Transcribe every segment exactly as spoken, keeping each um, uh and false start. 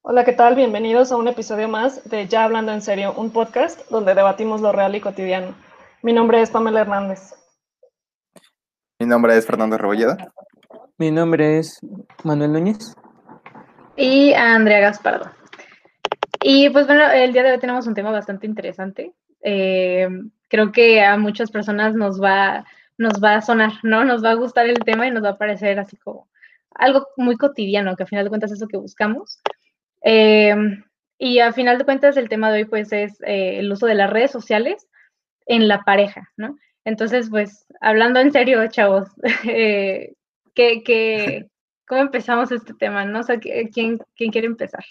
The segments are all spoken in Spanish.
Hola, ¿qué tal? Bienvenidos a un episodio más de Ya Hablando en Serio, un podcast donde debatimos lo real y cotidiano. Mi nombre es Pamela Hernández. Mi nombre es Fernando Rebolleda. Mi nombre es Manuel Núñez. Y a Andrea Gaspardo. Y pues bueno, el día de hoy tenemos un tema bastante interesante. Eh, creo que a muchas personas nos va, nos va a sonar, ¿no? Nos va a gustar el tema y nos va a parecer así como algo muy cotidiano, que a final de cuentas es lo que buscamos. Eh, y a final de cuentas el tema de hoy pues es eh, el uso de las redes sociales en la pareja, ¿no? Entonces, pues, hablando en serio, chavos, eh, ¿qué, qué, ¿cómo empezamos este tema? ¿No? O sea, ¿quién, quién quiere empezar?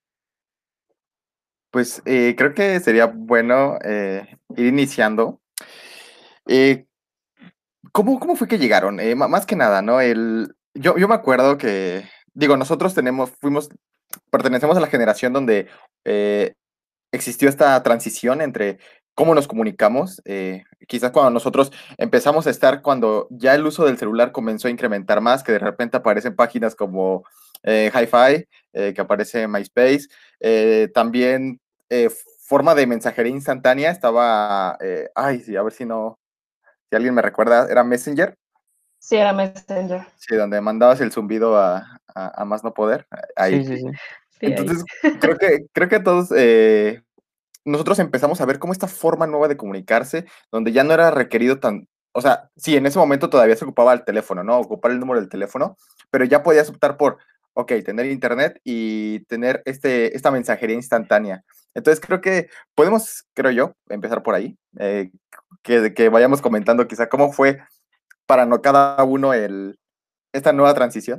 Pues eh, creo que sería bueno eh, ir iniciando. Eh, ¿cómo, cómo fue que llegaron? Eh, ma- más que nada, ¿no? El, yo, yo me acuerdo que, digo, nosotros tenemos, fuimos, pertenecemos a la generación donde eh, existió esta transición entre cómo nos comunicamos. Eh, quizás cuando nosotros empezamos a estar, cuando ya el uso del celular comenzó a incrementar más, que de repente aparecen páginas como eh, Hi-Fi, eh, que aparece MySpace, eh, también eh, forma de mensajería instantánea, estaba, eh, ay, sí, a ver si no, si alguien me recuerda, era Messenger, Sí, era Messenger. sí, donde mandabas el zumbido a, a, a más no poder, Sí, ahí. sí, sí. Sí, ahí. Entonces, creo que, creo que todos eh, nosotros empezamos a ver cómo esta forma nueva de comunicarse, donde ya no era requerido tan, o sea, sí, en ese momento todavía se ocupaba el teléfono, ¿no? Ocupar el número del teléfono, pero ya podías optar por, ok, tener internet y tener este, esta mensajería instantánea. Entonces creo que podemos, creo yo, empezar por ahí, eh, que, que vayamos comentando quizá cómo fue para no cada uno el, esta nueva transición.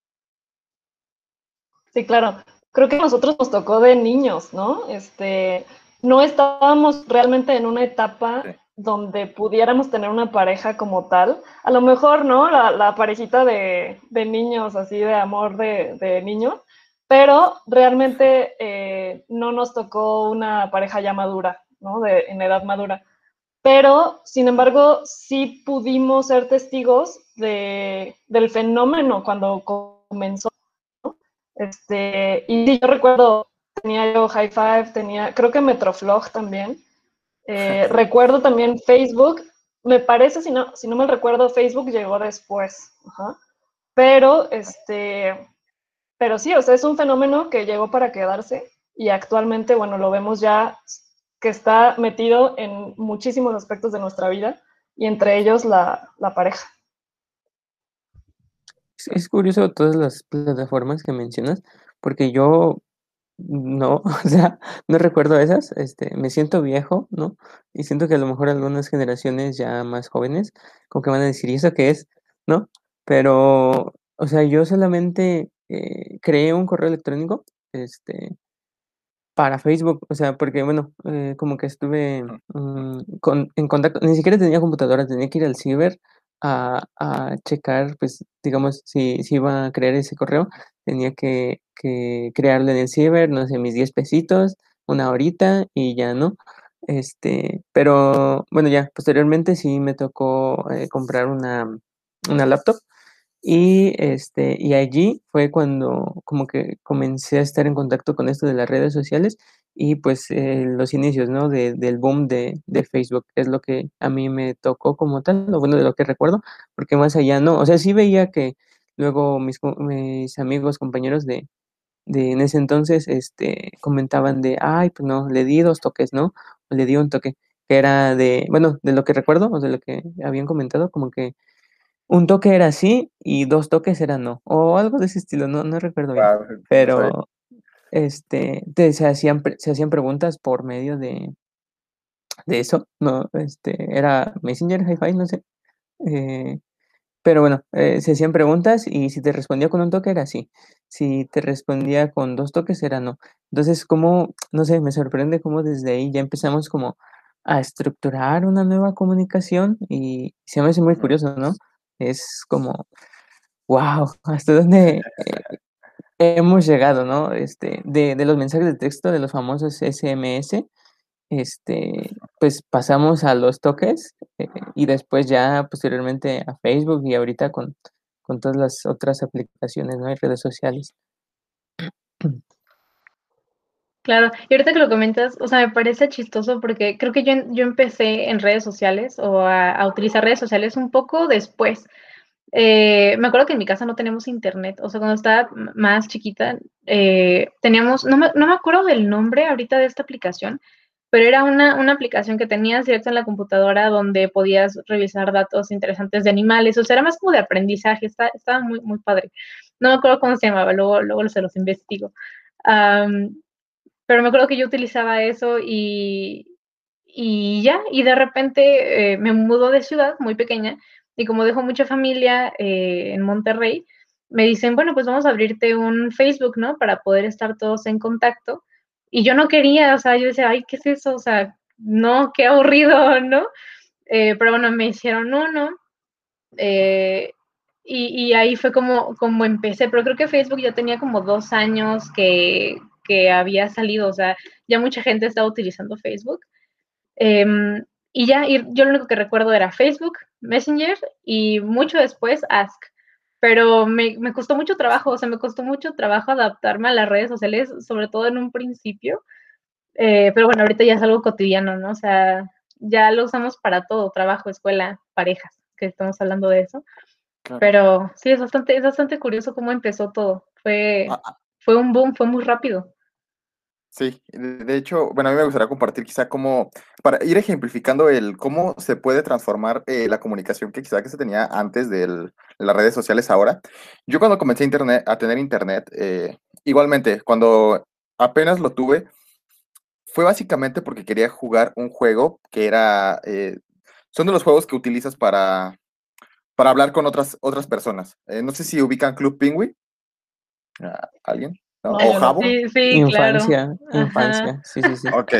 Sí, claro. Creo que a nosotros nos tocó de niños, ¿no? Este, no estábamos realmente en una etapa Sí. donde pudiéramos tener una pareja como tal. A lo mejor, ¿no? La, la parejita de, de, niños, así de amor de, de niños, pero realmente eh, no nos tocó una pareja ya madura, ¿no? De, en edad madura. Pero, sin embargo, sí pudimos ser testigos de, del fenómeno cuando comenzó. Este, y sí, yo recuerdo, tenía yo High Five, tenía, creo que Metroflog también. Eh, recuerdo también Facebook, me parece, si no, si no me recuerdo, Facebook llegó después. Ajá. Pero, este, pero sí, o sea, es un fenómeno que llegó para quedarse y actualmente, bueno, lo vemos ya que está metido en muchísimos aspectos de nuestra vida y entre ellos la, la pareja. Es, es curioso todas las plataformas que mencionas, porque yo no, o sea, no recuerdo esas, este, me siento viejo, ¿no? Y siento que a lo mejor algunas generaciones ya más jóvenes, como que van a decir, ¿y eso qué es? ¿No? Pero, o sea, yo solamente eh, creé un correo electrónico, este, para Facebook, o sea, porque bueno, eh, como que estuve, mm, con en contacto, ni siquiera tenía computadora, tenía que ir al ciber a a checar, pues, digamos, si si iba a crear ese correo, tenía que que crearlo en el ciber, no sé, mis diez pesitos, una horita y ya, ¿no? Este, pero bueno, ya posteriormente sí me tocó, eh, comprar una una laptop y, este, y allí fue cuando como que comencé a estar en contacto con esto de las redes sociales y, pues, eh, los inicios, ¿no? De del boom de de Facebook, es lo que a mí me tocó como tal, lo bueno de lo que recuerdo, porque más allá no, o sea, sí veía que luego mis co mis amigos, compañeros de de en ese entonces, este, comentaban de: "Ay, pues no, le di dos toques", ¿no? O le di un toque, que era de bueno, de lo que recuerdo, o de lo que habían comentado, como que un toque era sí y dos toques era no, o algo de ese estilo, no no recuerdo bien, Wow, no sabía. pero, este, te se hacían pre se hacían preguntas por medio de de eso, no, este, era Messenger, Hi-Fi, no sé, eh, pero bueno, eh, se hacían preguntas y si te respondía con un toque era sí, si te respondía con dos toques era no. Entonces, como, no sé, me sorprende cómo desde ahí ya empezamos como a estructurar una nueva comunicación y se me hace muy Ujú. curioso, ¿no? Es como wow, hasta dónde, eh, hemos llegado, ¿no? Este, de de los mensajes de texto, de los famosos S M S, este, pues, pasamos a los toques, eh, y después ya posteriormente a Facebook y ahorita con con todas las otras aplicaciones, ¿no? Y redes sociales. Claro, y ahorita que lo comentas, o sea, me parece chistoso porque creo que yo, yo empecé en redes sociales o a, a utilizar redes sociales un poco después. Eh, me acuerdo que en mi casa no tenemos internet, o sea, cuando estaba m- más chiquita, eh, teníamos, no me, no me acuerdo del nombre ahorita de esta aplicación, pero era una, una aplicación que tenías directo en la computadora donde podías revisar datos interesantes de animales, o sea, era más como de aprendizaje, está, estaba muy, muy padre. No me acuerdo cómo se llamaba, luego, luego se los investigo. Am, pero me acuerdo que yo utilizaba eso y, y ya, y de repente eh, me mudó de ciudad muy pequeña y como dejo mucha familia eh, en Monterrey, me dicen, bueno, pues vamos a abrirte un Facebook, ¿no? Para poder estar todos en contacto. Y yo no quería, o sea, yo decía, ay, ¿qué es eso? O sea, no, qué aburrido, ¿no? Eh, pero bueno, me hicieron uno. eh, y, y, ahí fue como, como empecé, pero creo que Facebook ya tenía como dos años que, que había salido, o sea, ya mucha gente estaba utilizando Facebook. Eh, y ya, y yo lo único que recuerdo era Facebook, Messenger y mucho después Ask. Pero me, me costó mucho trabajo, o sea, me costó mucho trabajo adaptarme a las redes sociales, sobre todo en un principio. Eh, pero bueno, ahorita ya es algo cotidiano, ¿no? O sea, ya lo usamos para todo, trabajo, escuela, parejas, que estamos hablando de eso. Claro. Pero sí, es bastante, es bastante curioso cómo empezó todo. Fue, Ah, ah, fue un boom, fue muy rápido. sí, de, de hecho, bueno, a mí me gustaría compartir quizá cómo, para ir ejemplificando el cómo se puede transformar eh, la comunicación que quizá que se tenía antes del- de las redes sociales ahora. Yo cuando comencé a, internet, a tener internet, eh, igualmente, cuando apenas lo tuve, fue básicamente porque quería jugar un juego que era, eh, son de los juegos que utilizas para, para hablar con otras, otras personas. Eh, no sé si ubican Club Penguin, ah, ¿alguien? ¿No? No, ¿O yo no. Jabo? Sí, sí, claro. Infancia, Ajá. infancia, sí, sí, sí. Ok.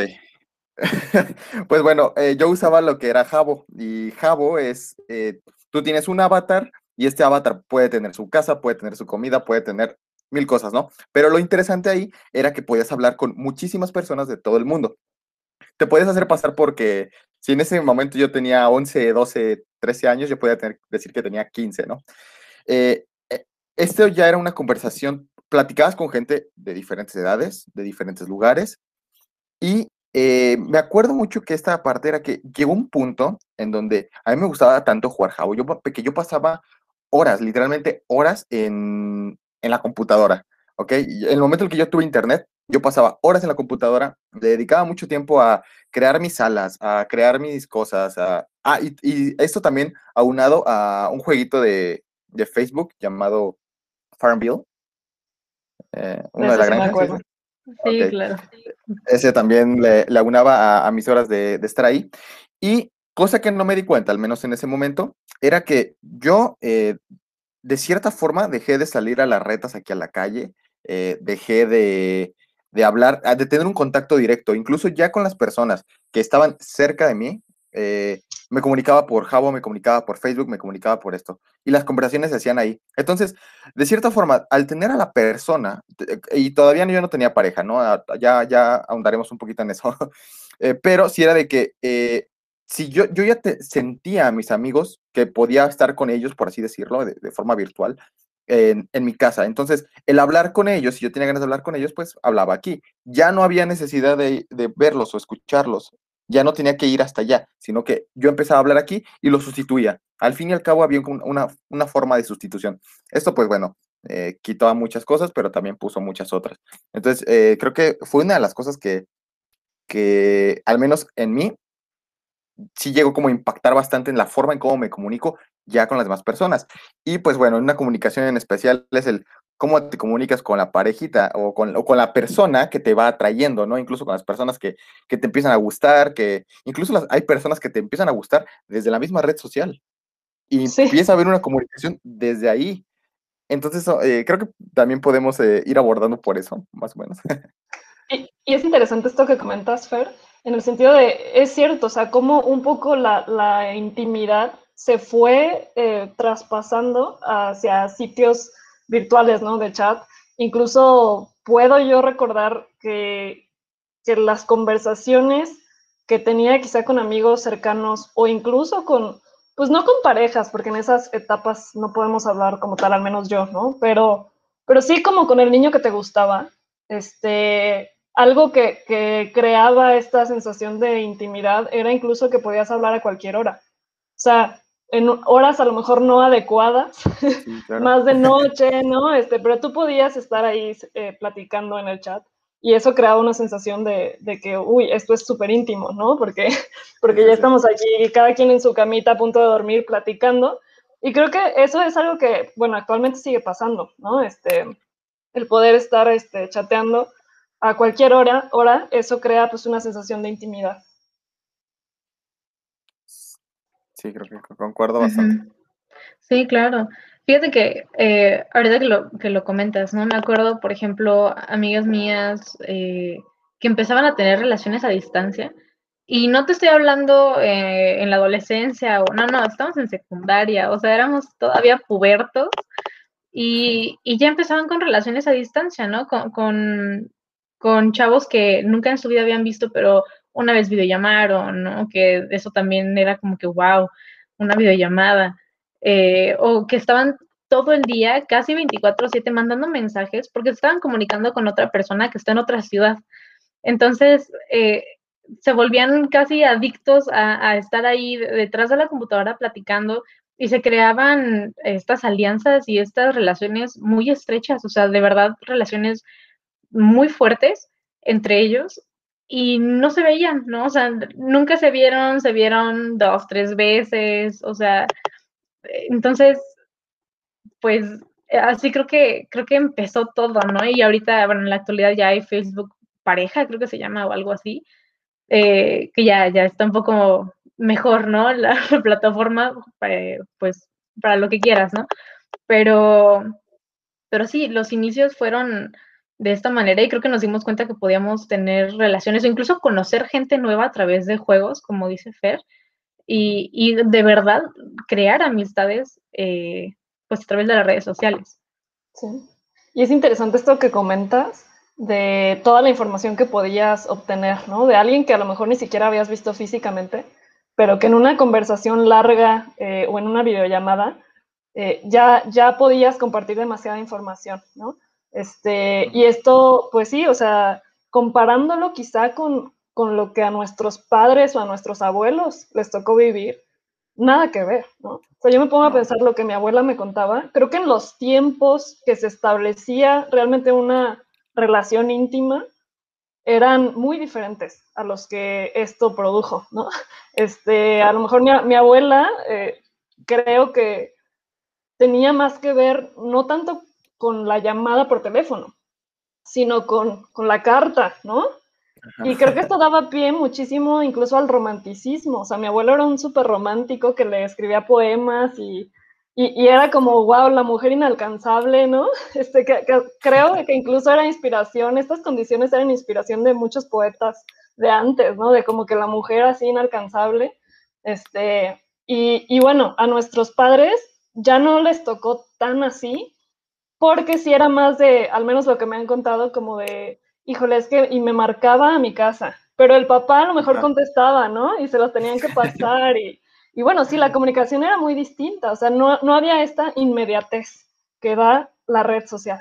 Pues bueno, eh, yo usaba lo que era Jabo y Jabo es, eh, tú tienes un avatar y este avatar puede tener su casa, puede tener su comida, puede tener mil cosas, ¿no? Pero lo interesante ahí era que podías hablar con muchísimas personas de todo el mundo. Te puedes hacer pasar porque si en ese momento yo tenía once, doce, trece años, yo podía tener, decir que tenía quince, ¿no? Eh, eh, esto ya era una conversación, platicabas con gente de diferentes edades, de diferentes lugares y eh, me acuerdo mucho que esta parte era que llegó un punto en donde a mí me gustaba tanto jugar Jabo, yo, pa- que yo pasaba horas, literalmente horas en, en la computadora, ¿ok? Y en el momento en que yo tuve internet, yo pasaba horas en la computadora, le dedicaba mucho tiempo a crear mis salas, a crear mis cosas, a... Ah, y, y esto también aunado a un jueguito de, de Facebook llamado Farmville, eh, De uno de eso la sí me granja, ¿sí? acuerdo. Ok. Sí, claro. Ese también le, le aunaba a, a mis horas de, de estar ahí. Y cosa que no me di cuenta, al menos en ese momento, era que yo, eh, de cierta forma, dejé de salir a las retas aquí a la calle, eh, dejé de, de hablar, ah, de tener un contacto directo, incluso ya con las personas que estaban cerca de mí. eh, Me comunicaba por Jabo, me comunicaba por Facebook, me comunicaba por esto. Y las conversaciones se hacían ahí. Entonces, de cierta forma, al tener a la persona, te- y todavía yo no tenía pareja, ¿no? Ah, Ya, ya ahondaremos un poquito en eso. Eh, pero sí era de que eh, si yo, yo ya te, sentía a mis amigos que podía estar con ellos, por así decirlo, de, de forma virtual, en, en mi casa. Entonces, el hablar con ellos, si yo tenía ganas de hablar con ellos, pues hablaba aquí. Ya no había necesidad de, de verlos o escucharlos. Ya no tenía que ir hasta allá, sino que yo empezaba a hablar aquí y lo sustituía. Al fin y al cabo había un- una, una forma de sustitución. Esto, pues bueno, eh, quitó a muchas cosas, pero también puso muchas otras. Entonces, eh, creo que fue una de las cosas que, que, al menos en mí, sí llegó como a impactar bastante en la forma en cómo me comunico ya con las demás personas. Y pues bueno, una comunicación en especial es el cómo te comunicas con la parejita o con, o con la persona que te va atrayendo, ¿no? Incluso con las personas que, que te empiezan a gustar, que incluso las, hay personas que te empiezan a gustar desde la misma red social y Sí. empieza a haber una comunicación desde ahí. Entonces, eh, creo que también podemos eh, ir abordando por eso, más o menos. Y, y es interesante esto que comentas, Fer, en el sentido de, es cierto, o sea, cómo un poco la, la intimidad se fue eh, traspasando hacia sitios virtuales, ¿no? De chat. Incluso puedo yo recordar que, que las conversaciones que tenía quizá con amigos cercanos o incluso con, pues no con parejas, porque en esas etapas no podemos hablar como tal, al menos yo, ¿no? Pero, pero sí como con el niño que te gustaba, este, algo que, que creaba esta sensación de intimidad era incluso que podías hablar a cualquier hora. O sea, en horas a lo mejor no adecuadas, Sí, claro. más de noche, ¿no? Este, pero tú podías estar ahí eh, platicando en el chat y eso creaba una sensación de, de que, uy, esto es súper íntimo, ¿no? Porque, porque Sí, sí, ya sí. estamos aquí, cada quien en su camita a punto de dormir, platicando. Y creo que eso es algo que, bueno, actualmente sigue pasando, ¿no? Este, el poder estar este, chateando a cualquier hora, hora, eso crea pues una sensación de intimidad. Sí, creo que concuerdo bastante. Ujú. Sí, claro. Fíjate que eh, ahorita que lo, que lo comentas, ¿no? Me acuerdo, por ejemplo, amigas mías eh, que empezaban a tener relaciones a distancia. Y no te estoy hablando eh, en la adolescencia, o no, no, estamos en secundaria, o sea, éramos todavía pubertos y, y ya empezaban con relaciones a distancia, ¿no? Con, con, con chavos que nunca en su vida habían visto, pero una vez videollamaron, ¿no? Que eso también era como que, wow, una videollamada. Eh, o que estaban todo el día, casi veinticuatro siete, mandando mensajes porque se estaban comunicando con otra persona que está en otra ciudad. Entonces, eh, se volvían casi adictos a, a estar ahí detrás de la computadora platicando y se creaban estas alianzas y estas relaciones muy estrechas, o sea, de verdad, relaciones muy fuertes entre ellos y no se veían, ¿no? O sea, nunca se vieron, se vieron dos, tres veces, o sea, entonces, pues así creo que creo que empezó todo, ¿no? Y ahorita, bueno, en la actualidad ya hay Facebook pareja, creo que se llama o algo así, eh, que ya, ya está un poco mejor, ¿no? La, la plataforma, eh, pues, para lo que quieras, ¿no? Pero, pero sí, los inicios fueron de esta manera y creo que nos dimos cuenta que podíamos tener relaciones o incluso conocer gente nueva a través de juegos, como dice Fer, y, y de verdad crear amistades, eh, pues, a través de las redes sociales. Sí. Y es interesante esto que comentas de toda la información que podías obtener, ¿no? De alguien que a lo mejor ni siquiera habías visto físicamente, pero que en una conversación larga eh, o en una videollamada eh, ya, ya podías compartir demasiada información, ¿no? Este, y esto, pues sí, o sea, comparándolo quizá con, con lo que a nuestros padres o a nuestros abuelos les tocó vivir, nada que ver, ¿no? O sea, yo me pongo a No. pensar lo que mi abuela me contaba. Creo que en los tiempos que se establecía realmente una relación íntima eran muy diferentes a los que esto produjo, ¿no? Este, a lo mejor mi, mi abuela eh, creo que tenía más que ver no tanto con la llamada por teléfono, sino con, con la carta, ¿no? Y creo que esto daba pie muchísimo incluso al romanticismo. O sea, mi abuelo era un súper romántico que le escribía poemas y, y, y, era como, wow, la mujer inalcanzable, ¿no? Este, que, que creo que incluso era inspiración, estas condiciones eran inspiración de muchos poetas de antes, ¿no? De como que la mujer así inalcanzable. Este, y, y bueno, a nuestros padres ya no les tocó tan así, porque sí era más de, al menos lo que me han contado, como de, híjole, es que, y me marcaba a mi casa, pero el papá a lo mejor Ajá. contestaba, ¿no? Y se los tenían que pasar, y, y bueno, sí, la comunicación era muy distinta, o sea, no, no había esta inmediatez que da la red social.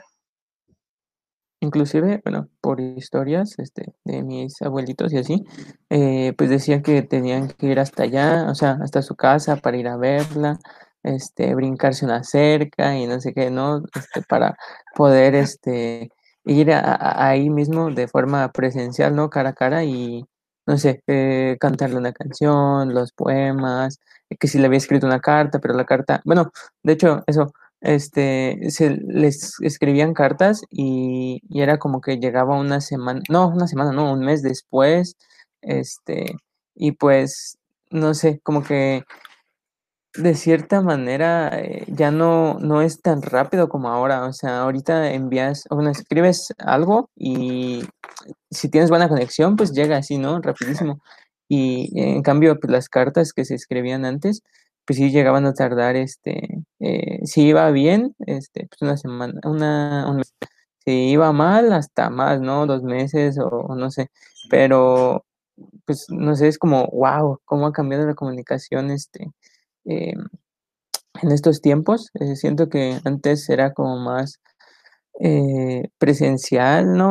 Inclusive, bueno, por historias este, de mis abuelitos y así, eh, pues decían que tenían que ir hasta allá, o sea, hasta su casa para ir a verla, este, brincarse una cerca y no sé qué, ¿no? Este, para poder este, ir a, a- ahí mismo de forma presencial, ¿no? Cara a cara y, no sé, eh, cantarle una canción, los poemas, que si le había escrito una carta, pero la carta, bueno, de hecho, eso este, se les escribían cartas y, y era como que llegaba una semana, no, una semana, no, un mes después, este, y pues, no sé, como que de cierta manera eh, ya no, no es tan rápido como ahora, o sea, ahorita envías, o bueno, escribes algo y si tienes buena conexión, pues llega así, ¿no? Rapidísimo. Y en cambio, pues las cartas que se escribían antes, pues sí llegaban a tardar, este, eh, si iba bien, este, pues una semana, una, un mes. Si iba mal, hasta más, ¿no? Dos meses o, o no sé. Pero, pues, no sé, es como, wow, cómo ha cambiado la comunicación, este, eh, en estos tiempos. Eh, siento que antes era como más eh, presencial, ¿no?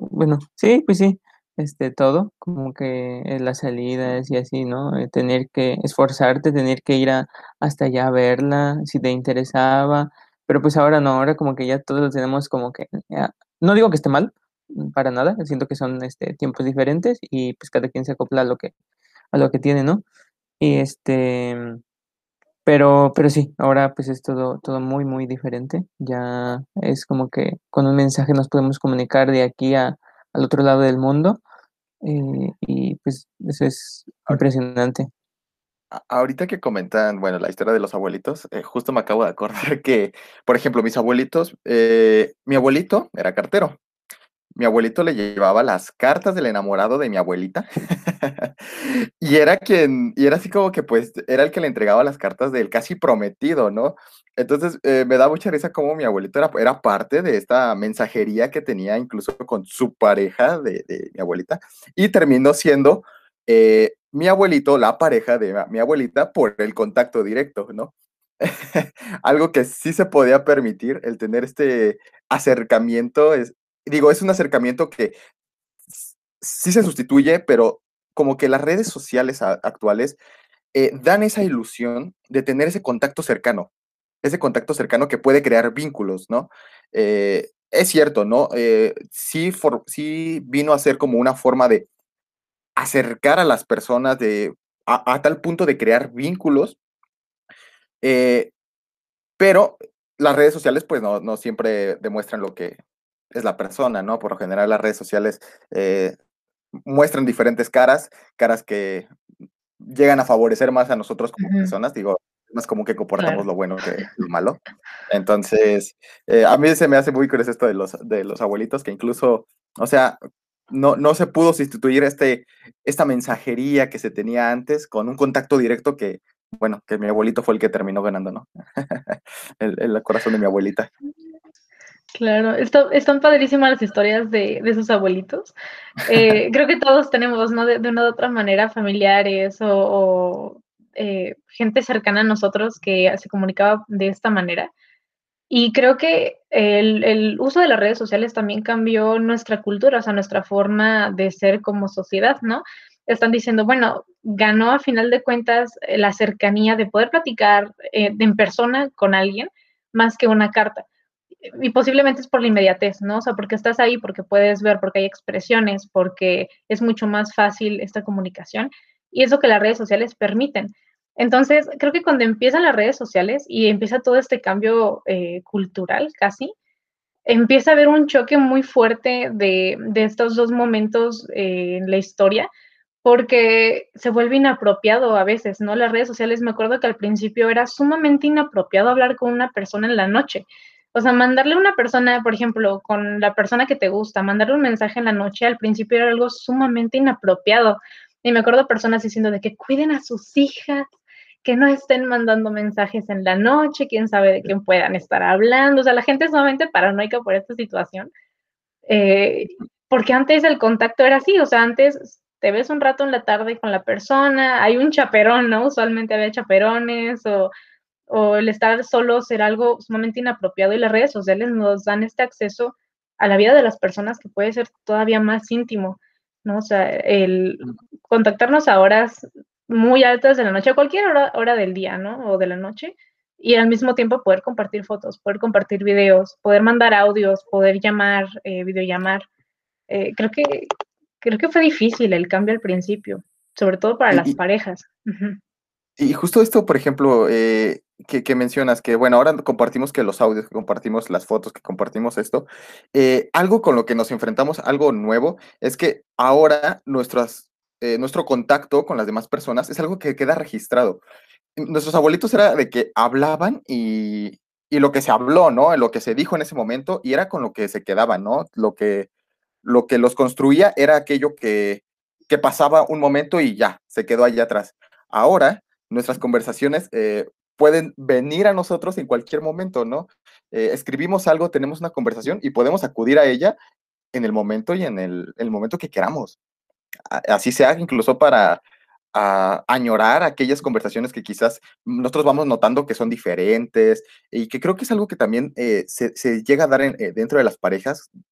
bueno, sí, pues sí, este, todo, como que en las salidas y así, ¿no? Eh, tener que esforzarte, tener que ir a hasta allá a verla, si te interesaba, pero pues ahora no, ahora como que ya todos lo tenemos como que, ya no digo que esté mal, mm, para nada, siento que son, este, tiempos diferentes y, pues, cada quien se acopla a lo que a lo que tiene, ¿no? Y, este, pero pero sí, ahora, pues, es todo todo muy, muy diferente. Ya es como que con un mensaje nos podemos comunicar de aquí a al otro lado del mundo, eh, y pues eso es Ahor- impresionante. a- Ahorita que comentan, bueno, la historia de los abuelitos, eh, justo me acabo de acordar que, por ejemplo, mis abuelitos, eh, mi abuelito era cartero. Mi abuelito le llevaba las cartas del enamorado de mi abuelita. Y era quien, y era así como que pues era el que le entregaba las cartas del casi prometido, ¿no? Entonces eh, me da mucha risa como mi abuelito era, era parte de esta mensajería que tenía incluso con su pareja de, de mi abuelita y terminó siendo eh, mi abuelito, la pareja de mi abuelita por el contacto directo, ¿no? Algo que sí se podía permitir, el tener este acercamiento, es, digo, es un acercamiento que s- sí se sustituye, pero como que las redes sociales a- actuales eh, dan esa ilusión de tener ese contacto cercano, ese contacto cercano que puede crear vínculos, ¿no? Eh, es cierto, ¿no? Eh, sí, for- sí vino a ser como una forma de acercar a las personas de, a, a tal punto de crear vínculos, eh, pero las redes sociales pues no, no siempre demuestran lo que es la persona, ¿no? Por lo general las redes sociales eh, muestran diferentes caras, caras que llegan a favorecer más a nosotros como Ujú, personas, digo, es más común que comportamos claro. lo bueno que lo malo. Entonces, eh, a mí se me hace muy curioso esto de los, de los abuelitos, que incluso, o sea, no, no se pudo sustituir este, esta mensajería que se tenía antes con un contacto directo que, bueno, que mi abuelito fue el que terminó ganando, ¿no? el, el corazón de mi abuelita. Claro, está- están padrísimas las historias de, de sus abuelitos. Eh, creo que todos tenemos, ¿no? De, de una u otra manera, familiares o, o, eh, gente cercana a nosotros que se comunicaba de esta manera. Y creo que el, el uso de las redes sociales también cambió nuestra cultura, o sea, nuestra forma de ser como sociedad, ¿no? Están diciendo, bueno, ganó a final de cuentas eh, la cercanía de poder platicar eh, de en persona con alguien más que una carta. Y posiblemente es por la inmediatez, ¿no? O sea, porque estás ahí, porque puedes ver, porque hay expresiones, porque es mucho más fácil esta comunicación y es lo que las redes sociales permiten. Entonces, creo que cuando empiezan las redes sociales y empieza todo este cambio eh, cultural casi, empieza a haber un choque muy fuerte de, de estos dos momentos eh, en la historia, porque se vuelve inapropiado a veces, ¿no? Las redes sociales, me acuerdo que al principio era sumamente inapropiado hablar con una persona en la noche. O sea, mandarle a una persona, por ejemplo, con la persona que te gusta, mandarle un mensaje en la noche, al principio era algo sumamente inapropiado. Y me acuerdo personas diciendo de que cuiden a sus hijas, que no estén mandando mensajes en la noche, quién sabe de quién puedan estar hablando. O sea, la gente es sumamente paranoica por esta situación. Eh, porque antes el contacto era así, o sea, antes te ves un rato en la tarde con la persona, hay un chaperón, ¿no? Usualmente había chaperones o, o el estar solos era algo sumamente inapropiado y las redes sociales nos dan este acceso a la vida de las personas que puede ser todavía más íntimo, ¿no? O sea, el contactarnos a horas muy altas de la noche, a cualquier hora, hora del día, ¿no? O de la noche, y al mismo tiempo poder compartir fotos, poder compartir videos, poder mandar audios, poder llamar, eh, videollamar. Eh, creo que creo que fue difícil el cambio al principio, sobre todo para Y, las y, parejas. Ujú. y justo esto, por ejemplo, eh, que, que mencionas, que bueno, ahora compartimos que los audios, que compartimos las fotos, que compartimos esto, eh, algo con lo que nos enfrentamos, algo nuevo, es que ahora nuestras, eh, nuestro contacto con las demás personas es algo que queda registrado. Nuestros abuelitos era de que hablaban y, y lo que se habló, ¿no? Lo que se dijo en ese momento y era con lo que se quedaban, ¿no? Lo que, lo que los construía era aquello que, que pasaba un momento y ya, se quedó allá atrás. Ahora, nuestras conversaciones eh, pueden venir a nosotros en cualquier momento, ¿no? Eh, escribimos algo, tenemos una conversación y podemos acudir a ella en el momento y en el, el momento que queramos. A- Así sea, incluso para a añorar aquellas conversaciones que quizás nosotros vamos notando que son diferentes y que creo que es algo que también eh, se, se llega a dar en, eh, dentro de las parejas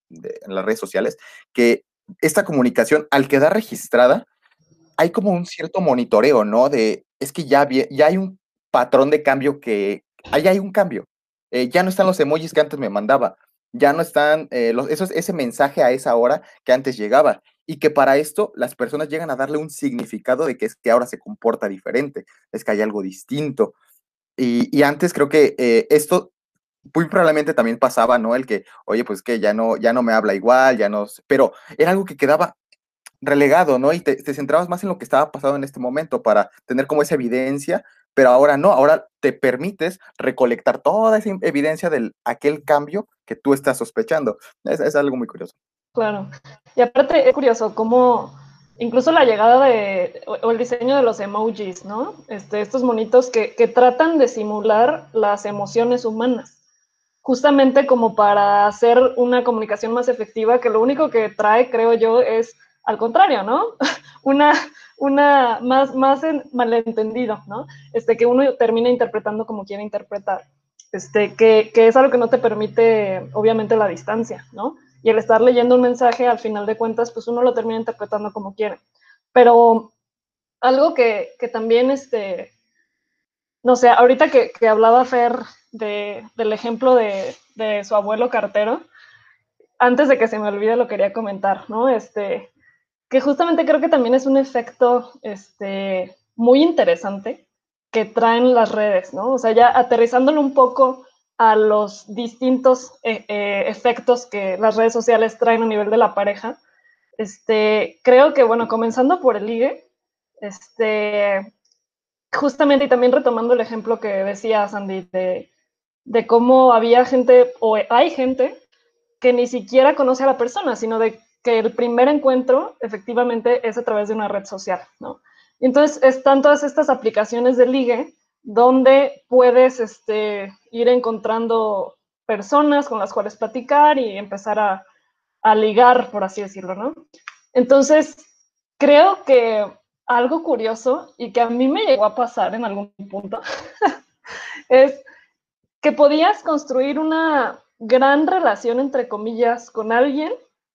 de, en las redes sociales, que esta comunicación, al quedar registrada, hay como un cierto monitoreo, ¿no? De, es que ya, ya hay un patrón de cambio que, ahí hay un cambio. Eh, ya no están los emojis que antes me mandaba, ya no están eh, los, esos, ese mensaje a esa hora que antes llegaba, y que para esto las personas llegan a darle un significado de que es que ahora se comporta diferente, es que hay algo distinto. Y, y antes creo que eh, esto muy probablemente también pasaba, ¿no? El que, oye, pues que ya no, ya no me habla igual, ya no, pero era algo que quedaba relegado, ¿no? Y te, te centrabas más en lo que estaba pasando en este momento para tener como esa evidencia, pero ahora no, ahora te permites recolectar toda esa evidencia de aquel cambio que tú estás sospechando. Es, es algo muy curioso. Claro. Y aparte es curioso cómo incluso la llegada de, o el diseño de los emojis, ¿no? Este, estos monitos que, que tratan de simular las emociones humanas, justamente como para hacer una comunicación más efectiva, que lo único que trae, creo yo, es al contrario, ¿no? Una, una más, más en malentendido, ¿no? Este, que uno termina interpretando como quiere interpretar, este, que, que es algo que no te permite, obviamente, la distancia, ¿no? Y el estar leyendo un mensaje, al final de cuentas, pues uno lo termina interpretando como quiere. Pero algo que, que también, este, no sé, ahorita que, que hablaba Fer de, del ejemplo de, de su abuelo cartero, antes de que se me olvide lo quería comentar, ¿no? Este, que justamente creo que también es un efecto este, muy interesante que traen las redes, ¿no? O sea, ya aterrizándolo un poco a los distintos eh, eh, efectos que las redes sociales traen a nivel de la pareja, este, creo que, bueno, comenzando por el ligue, este, justamente, y también retomando el ejemplo que decía Sandy, de, de cómo había gente, o hay gente, que ni siquiera conoce a la persona, sino de que el primer encuentro efectivamente es a través de una red social, ¿no? Y entonces están todas estas aplicaciones de ligue donde puedes este, ir encontrando personas con las cuales platicar y empezar a, a ligar, por así decirlo, ¿no? Entonces, creo que algo curioso y que a mí me llegó a pasar en algún punto es que podías construir una gran relación, entre comillas, con alguien.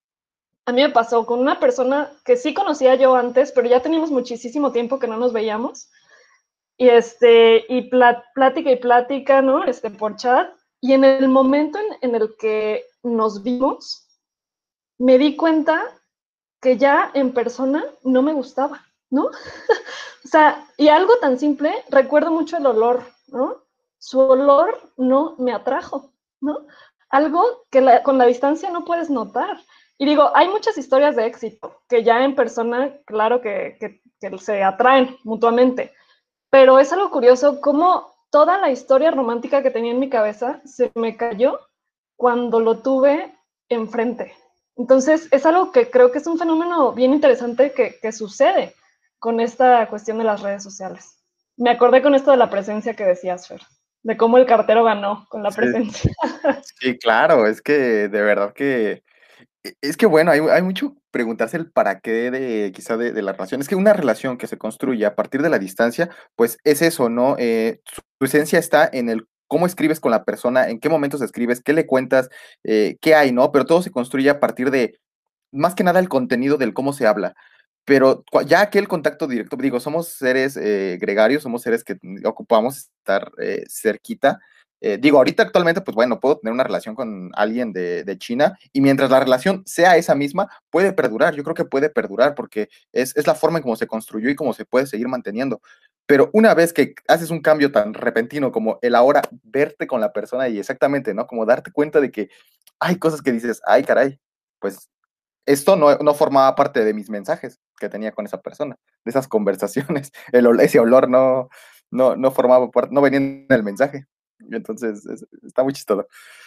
A mí me pasó con una persona que sí conocía yo antes, pero ya teníamos muchísimo tiempo que no nos veíamos. Y, este, y plat, plática y plática, ¿no? Este, por chat. Y en el momento en, en el que nos vimos, me di cuenta que ya en persona no me gustaba, ¿no? O sea, y algo tan simple, recuerdo mucho el olor, ¿no? Su olor no me atrajo, ¿no? Algo que la, con la distancia no puedes notar. Y digo, hay muchas historias de éxito que ya en persona, claro que, que, que se atraen mutuamente, pero es algo curioso cómo toda la historia romántica que tenía en mi cabeza se me cayó cuando lo tuve enfrente. Entonces, es algo que creo que es un fenómeno bien interesante que, que sucede con esta cuestión de las redes sociales. Me acordé con esto de la presencia que decías, Fer, de cómo el cartero ganó con la Sí, presencia. sí, claro, es que de verdad que, es que bueno, hay, hay mucho preguntarse el para qué de quizá de, de la relación. Es que una relación que se construye a partir de la distancia, pues es eso, ¿no? Eh, su, su esencia está en el cómo escribes con la persona, en qué momentos escribes, qué le cuentas, eh, qué hay, ¿no? Pero todo se construye a partir de, más que nada, el contenido del cómo se habla. Pero ya aquel contacto directo, digo, somos seres eh, gregarios, somos seres que ocupamos estar eh, cerquita. Eh, digo, ahorita actualmente, pues bueno, puedo tener una relación con alguien de, de China y mientras la relación sea esa misma, puede perdurar. Yo creo que puede perdurar porque es, es la forma en cómo se construyó y cómo se puede seguir manteniendo. Pero una vez que haces un cambio tan repentino como el ahora verte con la persona y exactamente, ¿no? Como darte cuenta de que hay cosas que dices, ay, caray, pues esto no, no formaba parte de mis mensajes que tenía con esa persona, de esas conversaciones. El, ese olor no, no, no formaba parte, no venía en el mensaje. Entonces, es, está muy chistoso.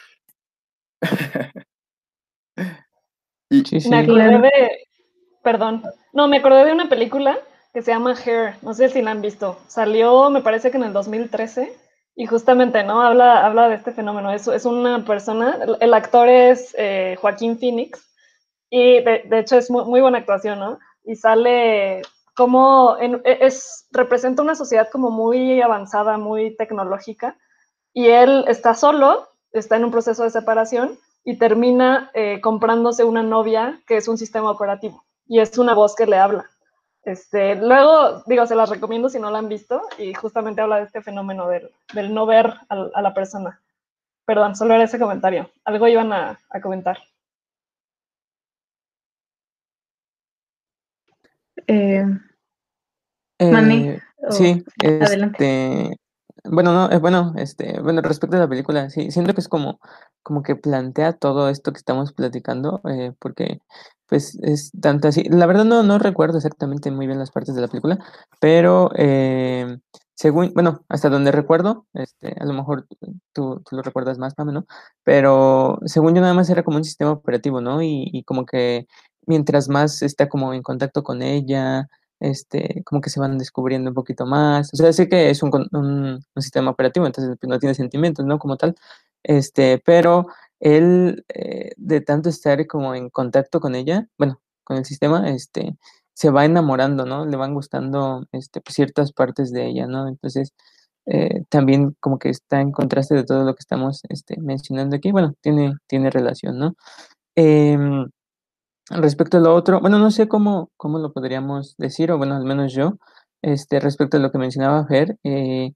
y, Sí, Me sí. acordé de, perdón, no, me acordé de una película que se llama Hair, no sé si la han visto. Salió, me parece que en el dos mil trece, y justamente, ¿no? Habla, habla de este fenómeno. Es, es una persona, el, el actor es eh, Joaquín Phoenix, y de, de hecho es muy, muy, buena actuación, ¿no? Y sale como, en, es, representa una sociedad como muy avanzada, muy tecnológica, y él está solo, está en un proceso de separación, y termina eh, comprándose una novia que es un sistema operativo y es una voz que le habla. Este, luego, digo, se las recomiendo si no la han visto y justamente habla de este fenómeno del, del no ver a, a la persona. Perdón, solo era ese comentario. Algo iban a, a comentar. Eh, Mane, Eh, oh, sí, adelante. este, bueno, no, eh, bueno, este, bueno, respecto a la película, sí, siento que es como, como que plantea todo esto que estamos platicando, eh, porque, pues, es tanto así, la verdad no, no recuerdo exactamente muy bien las partes de la película, pero, eh, según, bueno, hasta donde recuerdo, este, a lo mejor tú, tú lo recuerdas más, Pame, ¿no? Pero, según yo, nada más era como un sistema operativo, ¿no? Y, y como que mientras más está como en contacto con ella, este, como que se van descubriendo un poquito más. O sea, sé que es un, con- un, un sistema operativo, entonces pues, no tiene sentimientos, ¿no? Como tal. Este, pero él, eh, de tanto estar como en contacto con ella, bueno, con el sistema, este, se va enamorando, ¿no? Le van gustando, este, pues, ciertas partes de ella, ¿no? Entonces, eh, también como que está en contraste de todo lo que estamos, este, mencionando aquí. Bueno, tiene, tiene relación, ¿no? Em, Respecto a lo otro, bueno, no sé cómo, cómo lo podríamos decir, o bueno, al menos yo, este, respecto a lo que mencionaba Fer, eh,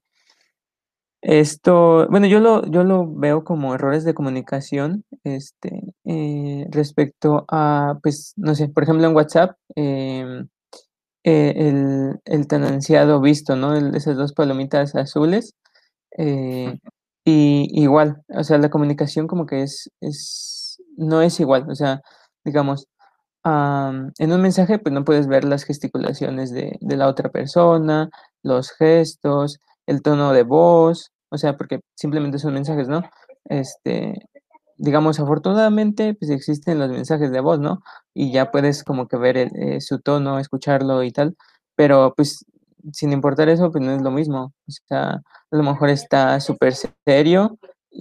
esto, bueno, yo lo, yo lo veo como errores de comunicación, este, eh, respecto a, pues, no sé, por ejemplo, en WhatsApp, em, eh, el, el tan ansiado visto, ¿no? El- esas dos palomitas azules, eh, y igual, o sea, la comunicación como que es, es, no es igual, o sea, digamos, am, en un mensaje, pues no puedes ver las gesticulaciones de, de la otra persona, los gestos, el tono de voz, o sea, porque simplemente son mensajes, ¿no? Este, digamos, afortunadamente, pues existen los mensajes de voz, ¿no? Y ya puedes como que ver el- eh, su tono, escucharlo y tal, pero pues sin importar eso, pues no es lo mismo, o sea, a lo mejor está súper serio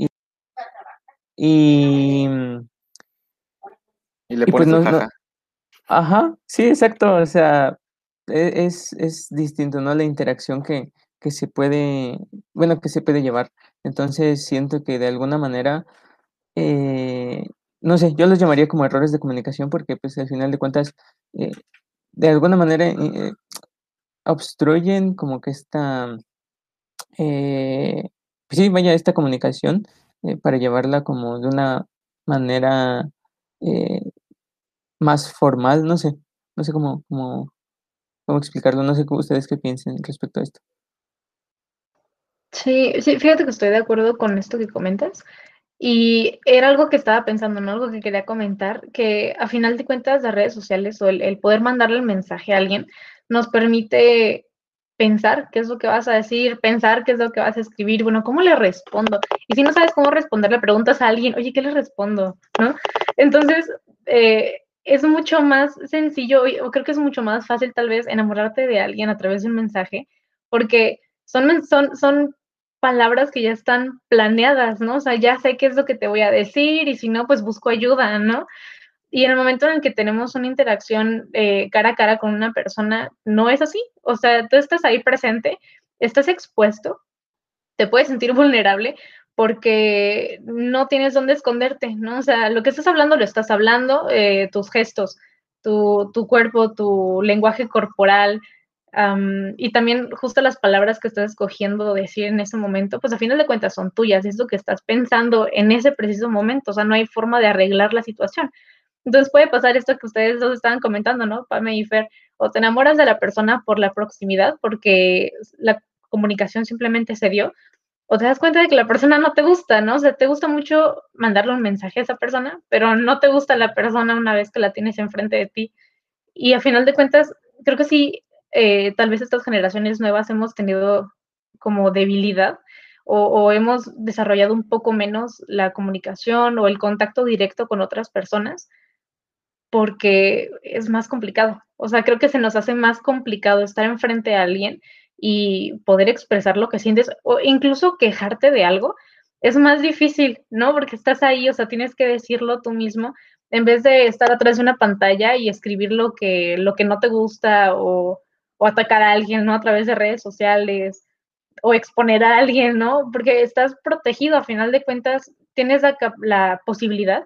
y, Y le y pues pones un no, no, jaja. ajá, sí, exacto, o sea, e- es, es distinto, ¿no? La interacción que, que se puede, bueno, que se puede llevar. Entonces siento que de alguna manera, eh, no sé, yo los llamaría como errores de comunicación porque pues al final de cuentas, eh, de alguna manera eh, obstruyen como que esta, eh, pues sí, vaya, esta comunicación eh, para llevarla como de una manera eh, más formal, no sé, no sé cómo, cómo cómo explicarlo, no sé cómo ustedes qué piensen respecto a esto. Sí, sí, fíjate que estoy de acuerdo con esto que comentas. Y era algo que estaba pensando, ¿no? Algo que quería comentar, que a final de cuentas las redes sociales o el, el poder mandarle el mensaje a alguien nos permite pensar qué es lo que vas a decir, pensar qué es lo que vas a escribir, bueno, ¿cómo le respondo? Y si no sabes cómo responder, le preguntas a alguien, oye, ¿qué le respondo? ¿No? Entonces, eh, es mucho más sencillo, o creo que es mucho más fácil tal vez enamorarte de alguien a través de un mensaje, porque son, son, son palabras que ya están planeadas, ¿no? O sea, ya sé qué es lo que te voy a decir y si no, pues busco ayuda, ¿no? Y en el momento en el que tenemos una interacción eh, cara a cara con una persona, no es así. O sea, tú estás ahí presente, estás expuesto, te puedes sentir vulnerable porque no tienes dónde esconderte, ¿no? O sea, lo que estás hablando lo estás hablando, eh, tus gestos, tu, tu, cuerpo, tu lenguaje corporal, um, y también justo las palabras que estás escogiendo decir en ese momento, pues a final de cuentas son tuyas, es lo que estás pensando en ese preciso momento, o sea, no hay forma de arreglar la situación. Entonces puede pasar esto que ustedes dos estaban comentando, ¿no? Pame y Fer, o te enamoras de la persona por la proximidad, porque la comunicación simplemente se dio, o te das cuenta de que la persona no te gusta, ¿no? O sea, te gusta mucho mandarle un mensaje a esa persona, pero no te gusta la persona una vez que la tienes enfrente de ti. Y a final de cuentas, creo que sí, eh, tal vez estas generaciones nuevas hemos tenido como debilidad o, o hemos desarrollado un poco menos la comunicación o el contacto directo con otras personas porque es más complicado. O sea, creo que se nos hace más complicado estar enfrente a alguien y poder expresar lo que sientes o incluso quejarte de algo. Es más difícil, ¿no? Porque estás ahí, o sea, tienes que decirlo tú mismo en vez de estar atrás de una pantalla y escribir lo que, lo que no te gusta o, o atacar a alguien, ¿no? A través de redes sociales o exponer a alguien, ¿no? Porque estás protegido, a final de cuentas, tienes la, la posibilidad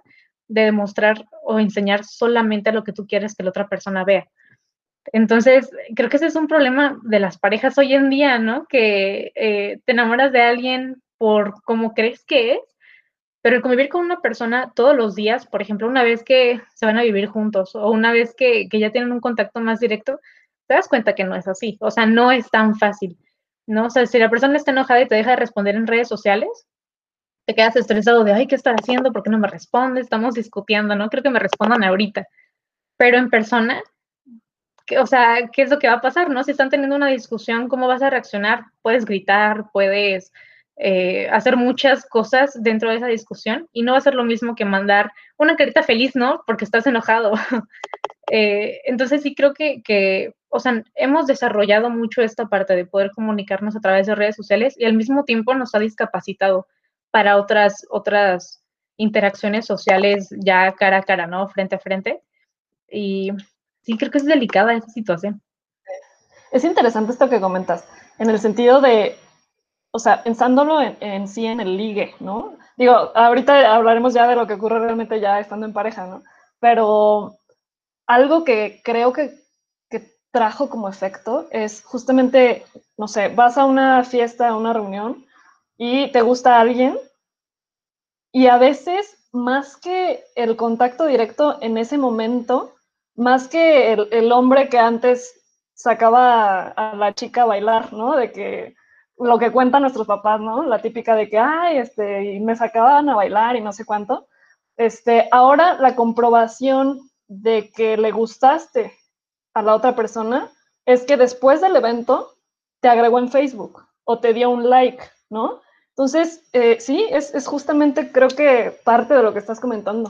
de demostrar o enseñar solamente a lo que tú quieres que la otra persona vea. Entonces, creo que ese es un problema de las parejas hoy en día, ¿no? Que eh, te enamoras de alguien por cómo crees que es, pero el convivir con una persona todos los días, por ejemplo, una vez que se van a vivir juntos o una vez que, que ya tienen un contacto más directo, te das cuenta que no es así. O sea, no es tan fácil, ¿no? O sea, si la persona está enojada y te deja de responder en redes sociales, te quedas estresado de, ay, ¿qué estás haciendo? ¿Por qué no me responde? Estamos discutiendo, ¿no? Creo que me respondan ahorita. Pero en persona, ¿qué, o sea, ¿qué es lo que va a pasar, no? Si están teniendo una discusión, ¿cómo vas a reaccionar? Puedes gritar, puedes eh, hacer muchas cosas dentro de esa discusión y no va a ser lo mismo que mandar una carita feliz, ¿no? Porque estás enojado. eh, entonces sí creo que, que, o sea, hemos desarrollado mucho esta parte de poder comunicarnos a través de redes sociales y al mismo tiempo nos ha discapacitado para otras, otras interacciones sociales ya cara a cara, ¿no? Frente a frente. Y sí, creo que es delicada esa situación. Es interesante esto que comentas, en el sentido de, o sea, pensándolo en, en sí en el ligue, ¿no? Digo, ahorita hablaremos ya de lo que ocurre realmente ya estando en pareja, ¿no? Pero algo que creo que, que trajo como efecto es justamente, no sé, vas a una fiesta, a una reunión y te gusta alguien y a veces más que el contacto directo en ese momento, más que el, el hombre que antes sacaba a, a la chica a bailar, ¿no? De que lo que cuentan nuestros papás, ¿no? La típica de que, ay, este, y me sacaban a bailar y no sé cuánto. Este, ahora la comprobación de que le gustaste a la otra persona es que después del evento te agregó en Facebook o te dio un like, ¿no? Entonces, eh, sí, es, es justamente creo que parte de lo que estás comentando.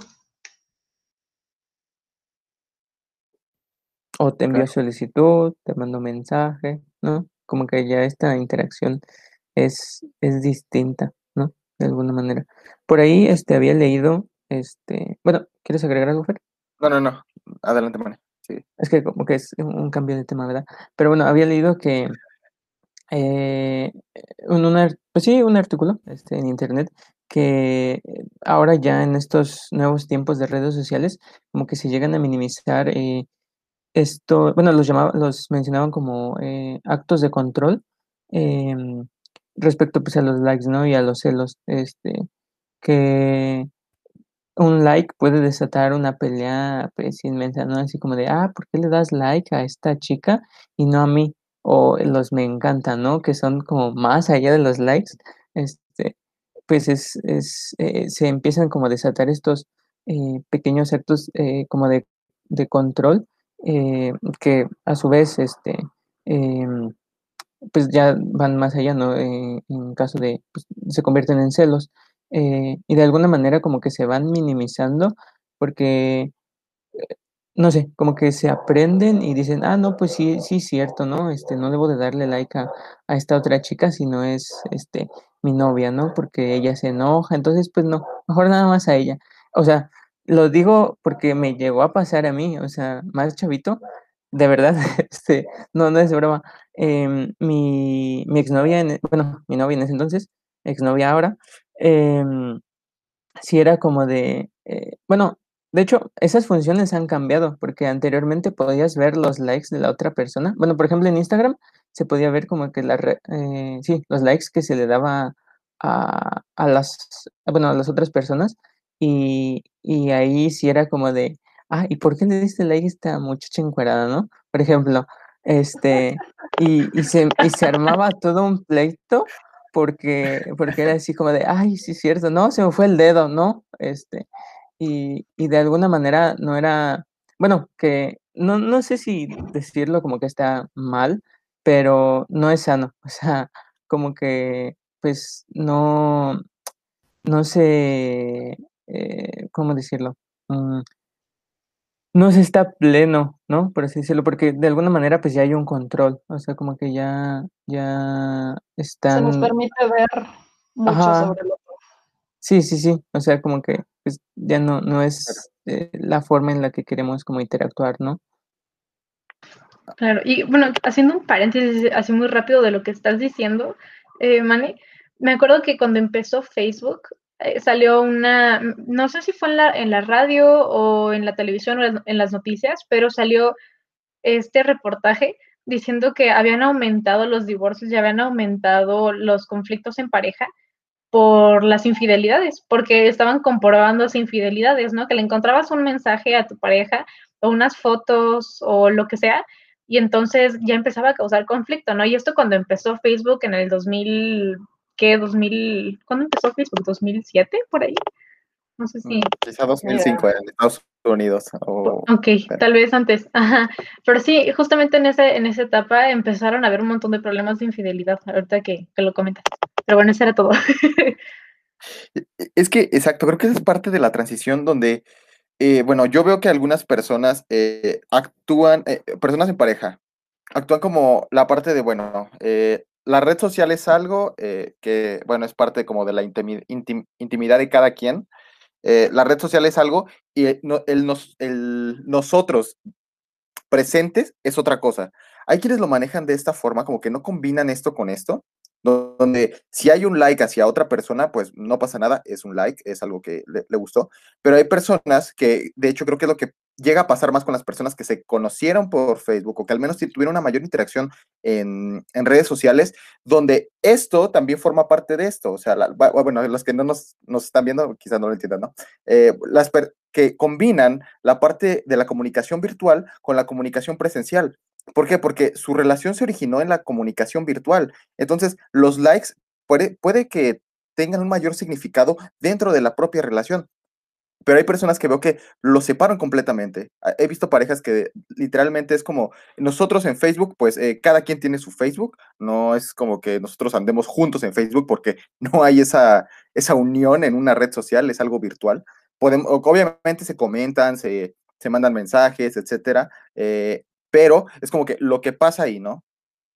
O te envió Claro. solicitud, te mandó mensaje, ¿no? Como que ya esta interacción es, es distinta, ¿no? De alguna manera. Por ahí este, había leído, este, bueno, ¿quieres agregar algo, Fer? No, no, no. Adelante, Mane. Sí. Es que como que es un cambio de tema, ¿verdad? Pero bueno, había leído que eh, un, un ar- pues sí, un artículo este, en internet que eh, ahora ya en estos nuevos tiempos de redes sociales como que se llegan a minimizar eh, esto, bueno, los llamaba, los mencionaban como eh, actos de control em, respecto pues a los likes, ¿no? Y a los celos, este, que un like puede desatar una pelea pues inmensa, ¿no? Así como de, ah, ¿por qué le das like a esta chica y no a mí? O los me encantan, ¿no? Que son como más allá de los likes, este, pues es, es eh, se empiezan como a desatar estos eh, pequeños actos eh, como de, de control eh, que a su vez, este, em, pues ya van más allá, ¿no? Eh, en caso de, pues, se convierten en celos eh, y de alguna manera como que se van minimizando porque, no sé, como que se aprenden y dicen, ah, no, pues sí, sí, cierto, ¿no? Este, no debo de darle like a, a esta otra chica si no es, este, mi novia, ¿no? Porque ella se enoja, entonces, pues no, mejor nada más a ella. O sea, lo digo porque me llegó a pasar a mí, o sea, más chavito, de verdad, este, no, no es broma. Em, mi, mi exnovia, en, bueno, mi novia en ese entonces, exnovia ahora, em, sí era como de, eh, bueno, de hecho, esas funciones han cambiado porque anteriormente podías ver los likes de la otra persona. Bueno, por ejemplo, en Instagram se podía ver como que la, re- eh, sí, los likes que se le daba a, a las, bueno, a las otras personas y, y ahí sí era como de, ah, ¿y por qué le diste like a esta muchacha encuerada, no? Por ejemplo, este, y, y se, y se armaba todo un pleito porque, porque era así como de, ay, sí es cierto, no, se me fue el dedo, ¿no? Este, y, y de alguna manera no era, bueno, que no, no sé si decirlo como que está mal, pero no es sano, o sea, como que, pues, no, no sé, eh, ¿cómo decirlo? Mm, no se está pleno, ¿no? Por así decirlo, porque de alguna manera pues ya hay un control, o sea, como que ya, ya Se nos están, permite ver mucho ajá, sobre lo que... sí, sí, sí, o sea, como que pues, ya no, no Claro. es eh, la forma en la que queremos como interactuar, ¿no? Claro, y bueno, haciendo un paréntesis así muy rápido de lo que estás diciendo, eh, Mane, me acuerdo que cuando empezó Facebook, eh, salió una, no sé si fue en la, en la radio o en la televisión o en las noticias, pero salió este reportaje diciendo que habían aumentado los divorcios y habían aumentado los conflictos en pareja por las infidelidades, porque estaban comprobando las infidelidades, ¿no? Que le encontrabas un mensaje a tu pareja o unas fotos o lo que sea, y entonces ya empezaba a causar conflicto, ¿no? Y esto cuando empezó Facebook en el dos mil, ¿qué? dos mil, ¿cuándo empezó Facebook? ¿dos mil siete? Por ahí. No sé si. Quizá dos mil cinco en Estados Unidos. O... Ok, tal vez antes. Ajá. Pero sí, justamente en, ese, en esa etapa empezaron a haber un montón de problemas de infidelidad, ahorita que, que lo comentas. Pero bueno, eso era todo. Es que, exacto, creo que esa es parte de la transición donde, eh, bueno, yo veo que algunas personas eh, actúan, eh, personas en pareja, actúan como la parte de, bueno, eh, la red social es algo eh, que, bueno, es parte como de la intimi- intim- intimidad de cada quien. Eh, la red social es algo y el, no- el nos- el nosotros presentes es otra cosa. Hay quienes lo manejan de esta forma, como que no combinan esto con esto, donde si hay un like hacia otra persona, pues no pasa nada, es un like, es algo que le, le gustó, pero hay personas que, de hecho, creo que es lo que llega a pasar más con las personas que se conocieron por Facebook o que al menos tuvieron una mayor interacción en, en redes sociales, donde esto también forma parte de esto. O sea, la, bueno, los que no nos, nos están viendo quizás no lo entiendan, ¿no? Eh, las per que combinan la parte de la comunicación virtual con la comunicación presencial. ¿Por qué? Porque su relación se originó en la comunicación virtual. Entonces, los likes puede, puede que tengan un mayor significado dentro de la propia relación. Pero hay personas que veo que lo separan completamente. He visto parejas que literalmente es como nosotros en Facebook, pues eh, cada quien tiene su Facebook. No es como que nosotros andemos juntos en Facebook porque no hay esa, esa unión en una red social, es algo virtual. Podemos, obviamente se comentan, se, se mandan mensajes, etcétera. Eh, pero es como que lo que pasa ahí, ¿no?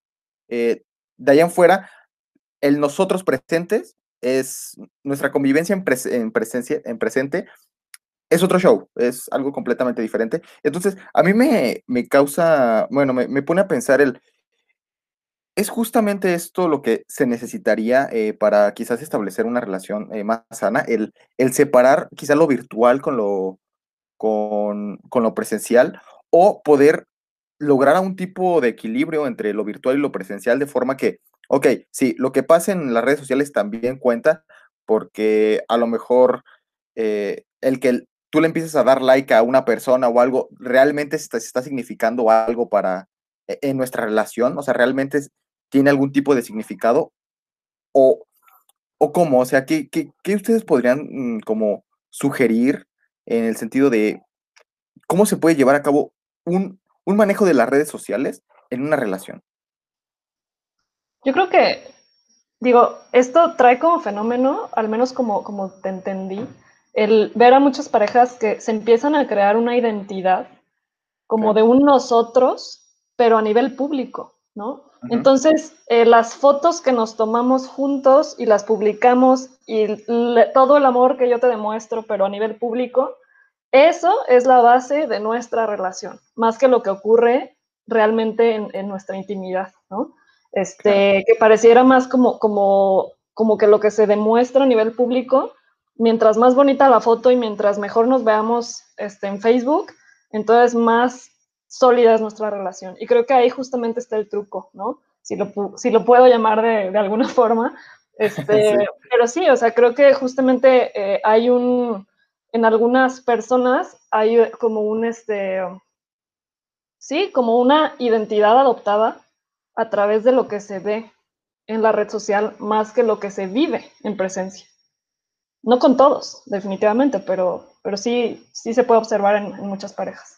Eh, de allá en fuera, el nosotros presentes es nuestra convivencia en, pres en presencia, en presente es otro show, es algo completamente diferente. Entonces, a mí me, me causa, bueno, me, me pone a pensar el, ¿es justamente esto lo que se necesitaría eh, para quizás establecer una relación eh, más sana? El, el separar quizás lo virtual con lo, con, con lo presencial o poder lograr un tipo de equilibrio entre lo virtual y lo presencial de forma que, ok, sí, lo que pasa en las redes sociales también cuenta porque a lo mejor eh, el que tú le empieces a dar like a una persona o algo realmente está, está significando algo para e, en nuestra relación, o sea, realmente es, tiene algún tipo de significado o, o cómo, o sea, ¿qué, qué, qué ustedes podrían mm, como sugerir en el sentido de cómo se puede llevar a cabo un, un manejo de las redes sociales en una relación? Yo creo que, digo, esto trae como fenómeno, al menos como, como te entendí, el ver a muchas parejas que se empiezan a crear una identidad como Okay. de un nosotros, pero a nivel público, ¿no? Uh-huh. Entonces, eh, las fotos que nos tomamos juntos y las publicamos y le, todo el amor que yo te demuestro, pero a nivel público, eso es la base de nuestra relación, más que lo que ocurre realmente en, en nuestra intimidad, ¿no? Este, que pareciera más como, como, como que lo que se demuestra a nivel público, mientras más bonita la foto y mientras mejor nos veamos este, en Facebook, entonces más sólida es nuestra relación. Y creo que ahí justamente está el truco, ¿no? Si lo, si lo puedo llamar de, de alguna forma. Este, sí. Pero sí, o sea, creo que justamente eh, hay un, en algunas personas hay como un, este, sí, como una identidad adoptada a través de lo que se ve en la red social más que lo que se vive en presencia. No con todos, definitivamente, pero, pero sí, sí se puede observar en, en muchas parejas.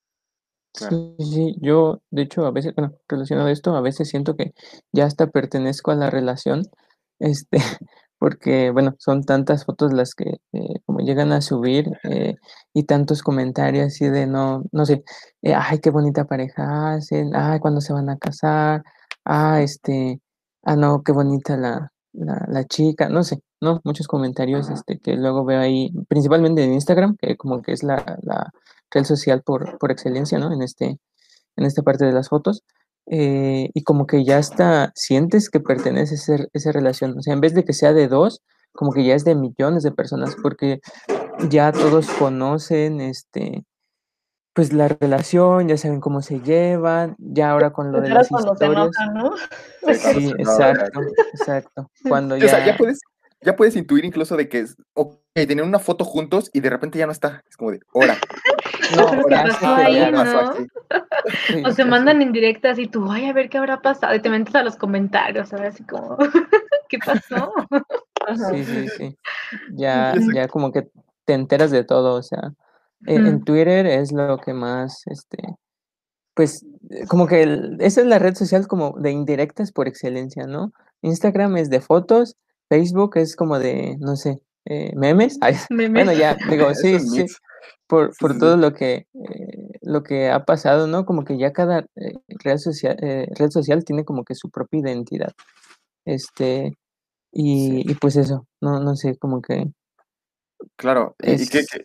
Sí, sí, yo de hecho a veces, bueno, relacionado a esto, a veces siento que ya hasta pertenezco a la relación, este, porque bueno, son tantas fotos las que eh, como llegan a subir eh, y tantos comentarios así de no, no sé, eh, ay, qué bonita pareja hacen, ay, cuándo se van a casar, ah, este, ah, no, qué bonita la, la, la chica, no sé, ¿no? Muchos comentarios este, que luego veo ahí, principalmente en Instagram, que como que es la, la red social por, por excelencia, ¿no? En, este, en esta parte de las fotos. Eh, y como que ya hasta sientes que pertenece a esa, esa relación. O sea, en vez de que sea de dos, como que ya es de millones de personas, porque ya todos conocen, este, pues la relación, ya saben cómo se llevan, ya ahora con lo de las cuando se historias. enojan, ¿no? Sí, cuando Sí, se enoja, exacto, exacto. Cuando sí, o sea, ya ya, puedes, ya puedes intuir incluso de que es, ok, tienen una foto juntos y de repente ya no está. Es como de, hora, no, Pero ¿qué ya se pasó ahí, ¿qué pelearon. pasó no? aquí? Sí, O se sí, mandan sí. indirectas y tú, ay, a ver qué habrá pasado. Y te metes a los comentarios, ¿sabes? Así como, ¿qué pasó? Ajá. Sí, sí, sí. Ya, Ya sé. ya como que te enteras de todo, o sea, e- en Ujú. Twitter es lo que más, este, pues, eh, como que el- esa es la red social como de indirectas por excelencia, ¿no? Instagram es de fotos, Facebook es como de, no sé, eh, memes. Ay, Memes. bueno, ya, digo, Es sí, un sí, mix. por, Sí, por sí, todo sí. lo que, eh, lo que ha pasado, ¿no? Como que ya cada eh, red social, eh, red social tiene como que su propia identidad. Este, Sí, y, y pues eso, no, no sé, como que claro. Y, y qué, es... qué,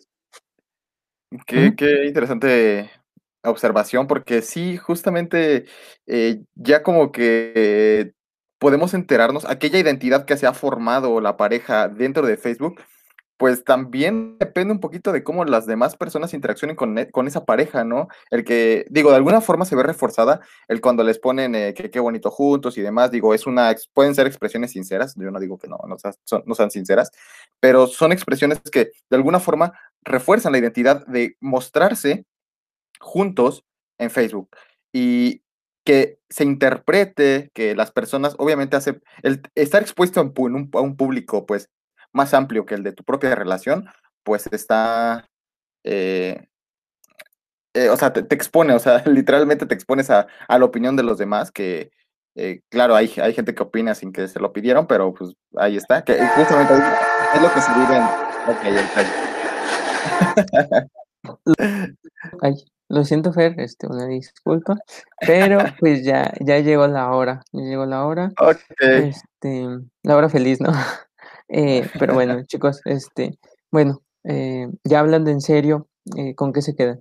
qué- Ujú. qué interesante observación, porque sí, justamente eh, ya como que podemos enterarnos, aquella identidad que se ha formado la pareja dentro de Facebook, pues también depende un poquito de cómo las demás personas interaccionen con, e- con esa pareja, ¿no? El que, digo, de alguna forma se ve reforzada el cuando les ponen eh, que qué bonito juntos y demás, digo, es una, ex- pueden ser expresiones sinceras, yo no digo que no, no, sea- son, no sean sinceras, pero son expresiones que de alguna forma refuerzan la identidad de mostrarse juntos en Facebook y que se interprete que las personas, obviamente, hace, el estar expuesto en pu- en un- a un público pues más amplio que el de tu propia relación, pues está, eh, eh, o sea, te, te expone, o sea, literalmente te expones a, a la opinión de los demás, que eh, claro, hay, hay gente que opina sin que se lo pidieron, pero pues ahí está, que justamente ahí es lo que se vive en... Ok, el tallo. Ay, lo siento, Fer, este, una disculpa, pero pues ya, ya llegó la hora, ya llegó la hora, Ok, este, la hora feliz, ¿no? Eh, pero bueno, chicos, este, bueno, eh, ya hablando en serio, eh, ¿con qué se queda?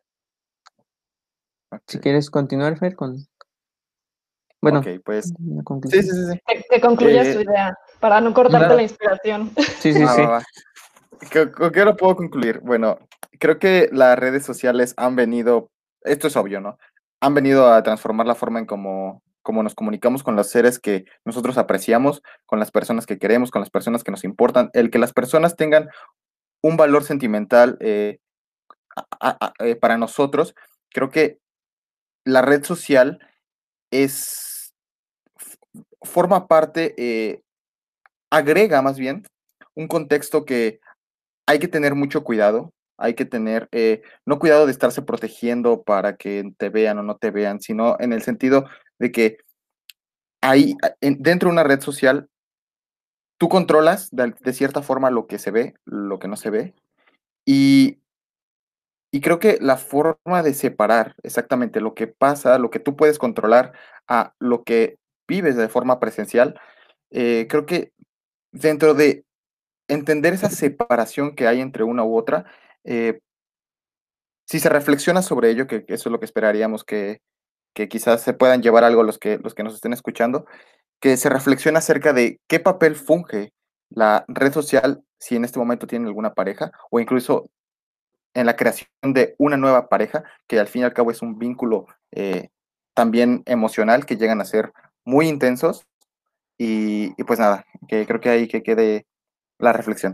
Si ok, quieres continuar, Fer, con, ok, bueno, pues la sí, sí, conclusión. sí, sí. Que, que concluyas tu Eh, idea, para no cortarte Ujú. la inspiración. Sí, sí, va, va, sí. va. ¿Con con qué lo puedo concluir? Bueno, creo que las redes sociales han venido, esto es obvio, ¿no? Han venido a transformar la forma en cómo, cómo nos comunicamos con los seres que nosotros apreciamos, con las personas que queremos, con las personas que nos importan. El que las personas tengan un valor sentimental eh, a- a- a- eh, para nosotros, creo que la red social es, f- forma parte, eh, agrega más bien un contexto que hay que tener mucho cuidado, hay que tener, eh, no cuidado de estarse protegiendo para que te vean o no te vean, sino en el sentido de que ahí, a- en- dentro de una red social, tú controlas de, de cierta forma lo que se ve, lo que no se ve, y, y creo que la forma de separar exactamente lo que pasa, lo que tú puedes controlar a lo que vives de forma presencial, eh, creo que dentro de entender esa separación que hay entre una u otra, eh, si se reflexiona sobre ello, que que eso es lo que esperaríamos que que quizás se puedan llevar algo los que los que nos estén escuchando, que se reflexiona acerca de qué papel funge la red social, si en este momento tienen alguna pareja, o incluso en la creación de una nueva pareja, que al fin y al cabo es un vínculo, eh, también emocional, que llegan a ser muy intensos. Y y pues nada, que creo que ahí que quede la reflexión.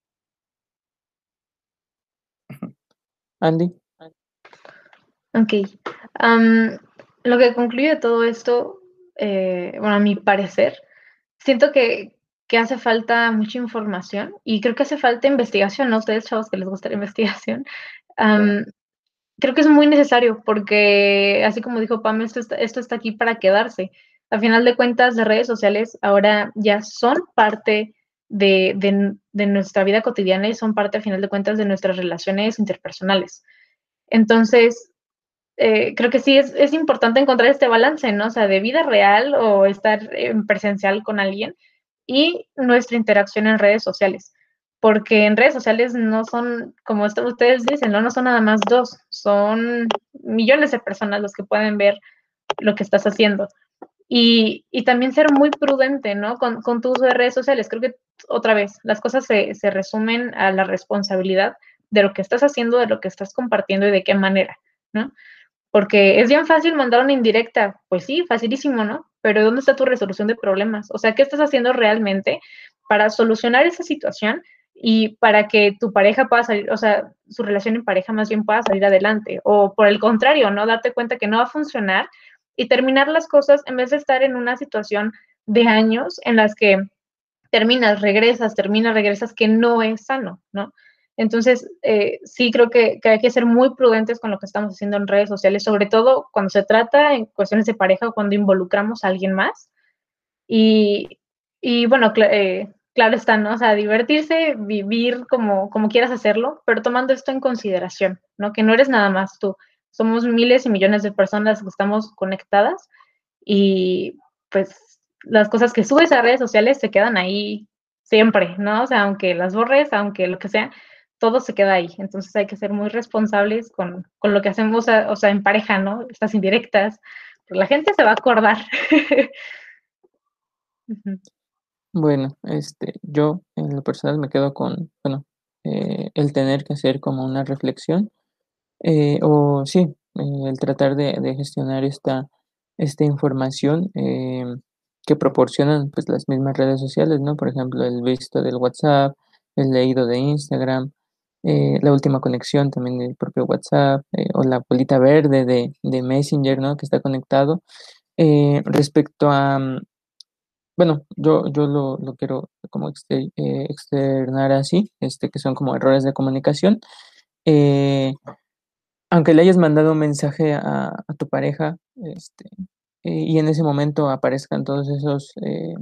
Andy. Ok. Am, lo que concluye de todo esto, eh, bueno, a mi parecer, siento que, que hace falta mucha información y creo que hace falta investigación, ¿no? Ustedes, chavos, que les gusta la investigación. Claro. am, Creo que es muy necesario porque, así como dijo Pam, esto está, esto está aquí para quedarse. A final de cuentas, las redes sociales ahora ya son parte de, de, de nuestra vida cotidiana y son parte, a final de cuentas, de nuestras relaciones interpersonales. Entonces, eh, creo que sí es, es importante encontrar este balance, ¿no? O sea, de vida real o estar en presencial con alguien y nuestra interacción en redes sociales. Porque en redes sociales no son, como esto ustedes dicen, ¿no? No son nada más dos, son millones de personas los que pueden ver lo que estás haciendo. Y, y también ser muy prudente, ¿no? Con, con tu uso de redes sociales. Creo que, otra vez, las cosas se, se resumen a la responsabilidad de lo que estás haciendo, de lo que estás compartiendo y de qué manera, ¿no? Porque es bien fácil mandar una indirecta, pues sí, facilísimo, ¿no? Pero ¿dónde está tu resolución de problemas? O sea, ¿qué estás haciendo realmente para solucionar esa situación y para que tu pareja pueda salir, o sea, su relación en pareja más bien pueda salir adelante? O por el contrario, ¿no? Darte cuenta que no va a funcionar y terminar las cosas en vez de estar en una situación de años en las que terminas, regresas, terminas, regresas, que no es sano, ¿no? Entonces, eh, sí creo que, que, hay que ser muy prudentes con lo que estamos haciendo en redes sociales, sobre todo cuando se trata en cuestiones de pareja o cuando involucramos a alguien más. Y, y bueno, cl eh, claro está, ¿no? O sea, divertirse, vivir como, como quieras hacerlo, pero tomando esto en consideración, ¿no? Que no eres nada más tú. Somos miles y millones de personas que estamos conectadas y pues las cosas que subes a redes sociales se quedan ahí siempre, ¿no? O sea, aunque las borres, aunque lo que sea, todo se queda ahí. Entonces hay que ser muy responsables con, con lo que hacemos, o sea, en pareja, ¿no? Estas indirectas, pues la gente se va a acordar. Bueno, este, yo en lo personal me quedo con, bueno, eh, el tener que hacer como una reflexión, eh, o sí, eh, el tratar de, de gestionar esta, esta información eh, que proporcionan pues las mismas redes sociales, ¿no? Por ejemplo, el visto del WhatsApp, el leído de Instagram, eh, la última conexión también del propio WhatsApp, eh, o la bolita verde de, de Messenger, ¿no? Que está conectado. Eh, respecto a, mm, bueno, yo, yo lo, lo quiero como exter- eh, externar así, este, que son como errores de comunicación. Eh, Aunque le hayas mandado un mensaje a, a tu pareja, este, eh, y en ese momento aparezcan todos esos eh,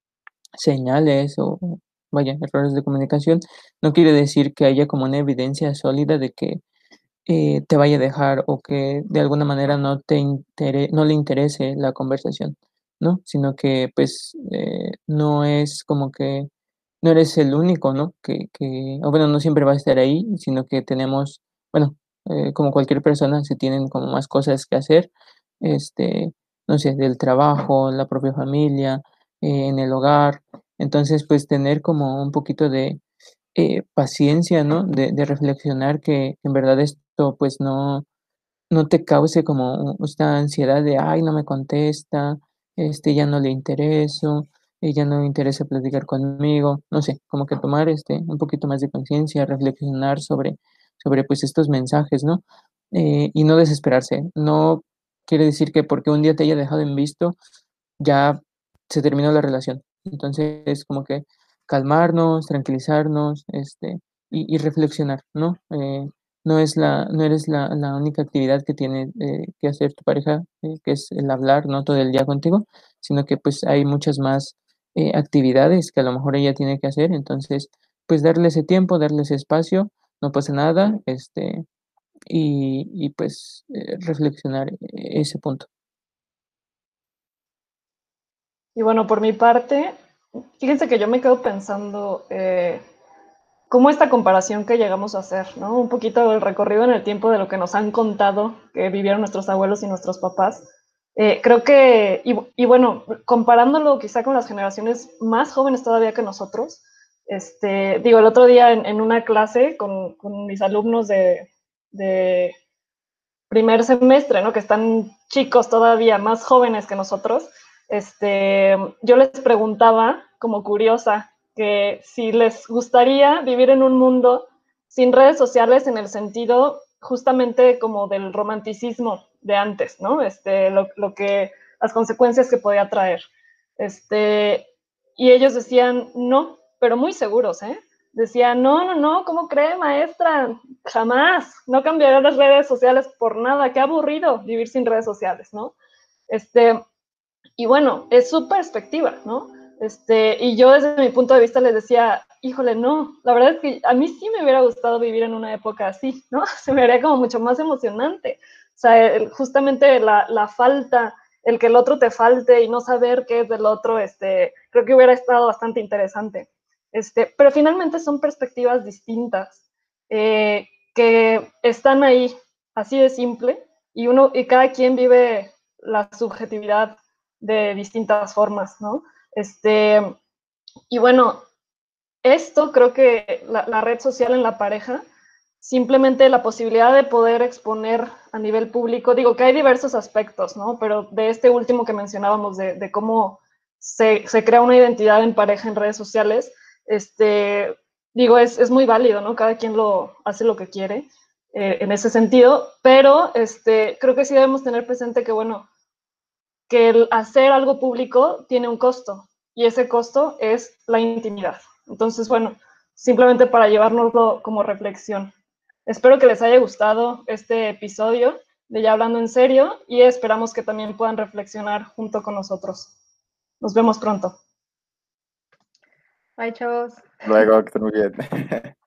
señales o, vaya, errores de comunicación, no quiere decir que haya como una evidencia sólida de que eh, te vaya a dejar o que de alguna manera no te intere- no le interese la conversación, ¿no? Sino que pues eh, no es como que no eres el único, ¿no? Que, que, o bueno, no siempre va a estar ahí, sino que tenemos, bueno, eh, como cualquier persona, se tienen como más cosas que hacer, este, no sé, del trabajo, la propia familia, eh, en el hogar. Entonces, pues tener como un poquito de eh, paciencia, ¿no? De, de reflexionar que en verdad esto pues no, no te cause como esta ansiedad de, ay, no me contesta, este, ya no le intereso, eh, ya no le interesa platicar conmigo, no sé, como que tomar este, un poquito más de conciencia, reflexionar sobre, sobre pues estos mensajes, ¿no? Eh, y no desesperarse, no quiere decir que porque un día te haya dejado en visto, ya se terminó la relación. Entonces, como que calmarnos, tranquilizarnos, este, y, y reflexionar, ¿no? Eh, no es la, no eres la, la única actividad que tiene eh, que hacer tu pareja, eh, que es el hablar, no todo el día contigo, sino que pues hay muchas más eh, actividades que a lo mejor ella tiene que hacer. Entonces, pues darle ese tiempo, darle ese espacio, no pasa nada, este, y, y pues eh, reflexionar eh, ese punto. Y bueno, por mi parte, fíjense que yo me quedo pensando eh, cómo esta comparación que llegamos a hacer, ¿no? Un poquito el recorrido en el tiempo de lo que nos han contado que vivieron nuestros abuelos y nuestros papás. Eh, creo que, y, y, bueno, comparándolo quizá con las generaciones más jóvenes todavía que nosotros, este, digo, el otro día en, en una clase con, con mis alumnos de, de primer semestre, ¿no? Que están chicos todavía, más jóvenes que nosotros, este, yo les preguntaba, como curiosa, que si les gustaría vivir en un mundo sin redes sociales en el sentido justamente como del romanticismo de antes, ¿no? Este, lo, lo que, las consecuencias que podía traer. Este, y ellos decían, no, pero muy seguros, ¿eh? Decían, no, no, no, ¿cómo cree, maestra? Jamás, no cambiaré las redes sociales por nada, qué aburrido vivir sin redes sociales, ¿no? Este, y bueno, es su perspectiva, ¿no? Este, y yo desde mi punto de vista les decía, híjole, no, la verdad es que a mí sí me hubiera gustado vivir en una época así, ¿no? Se me haría como mucho más emocionante. O sea, el, justamente la, la falta, el que el otro te falte y no saber qué es del otro, este, creo que hubiera estado bastante interesante. Este, pero finalmente son perspectivas distintas eh, que están ahí, así de simple, y, uno, y cada quien vive la subjetividad de distintas formas, ¿no? Este, y bueno, esto creo que la, la red social en la pareja, simplemente la posibilidad de poder exponer a nivel público, digo que hay diversos aspectos, ¿no? Pero de este último que mencionábamos, de, de cómo se, se crea una identidad en pareja en redes sociales, este, digo, es, es muy válido, ¿no? Cada quien lo hace lo que quiere eh, en ese sentido, pero este, creo que sí debemos tener presente que, bueno, que el hacer algo público tiene un costo, y ese costo es la intimidad. Entonces, bueno, simplemente para llevárnoslo como reflexión. Espero que les haya gustado este episodio de Ya Hablando en Serio, y esperamos que también puedan reflexionar junto con nosotros. Nos vemos pronto. Bye, chavos. Luego, que estén muy bien.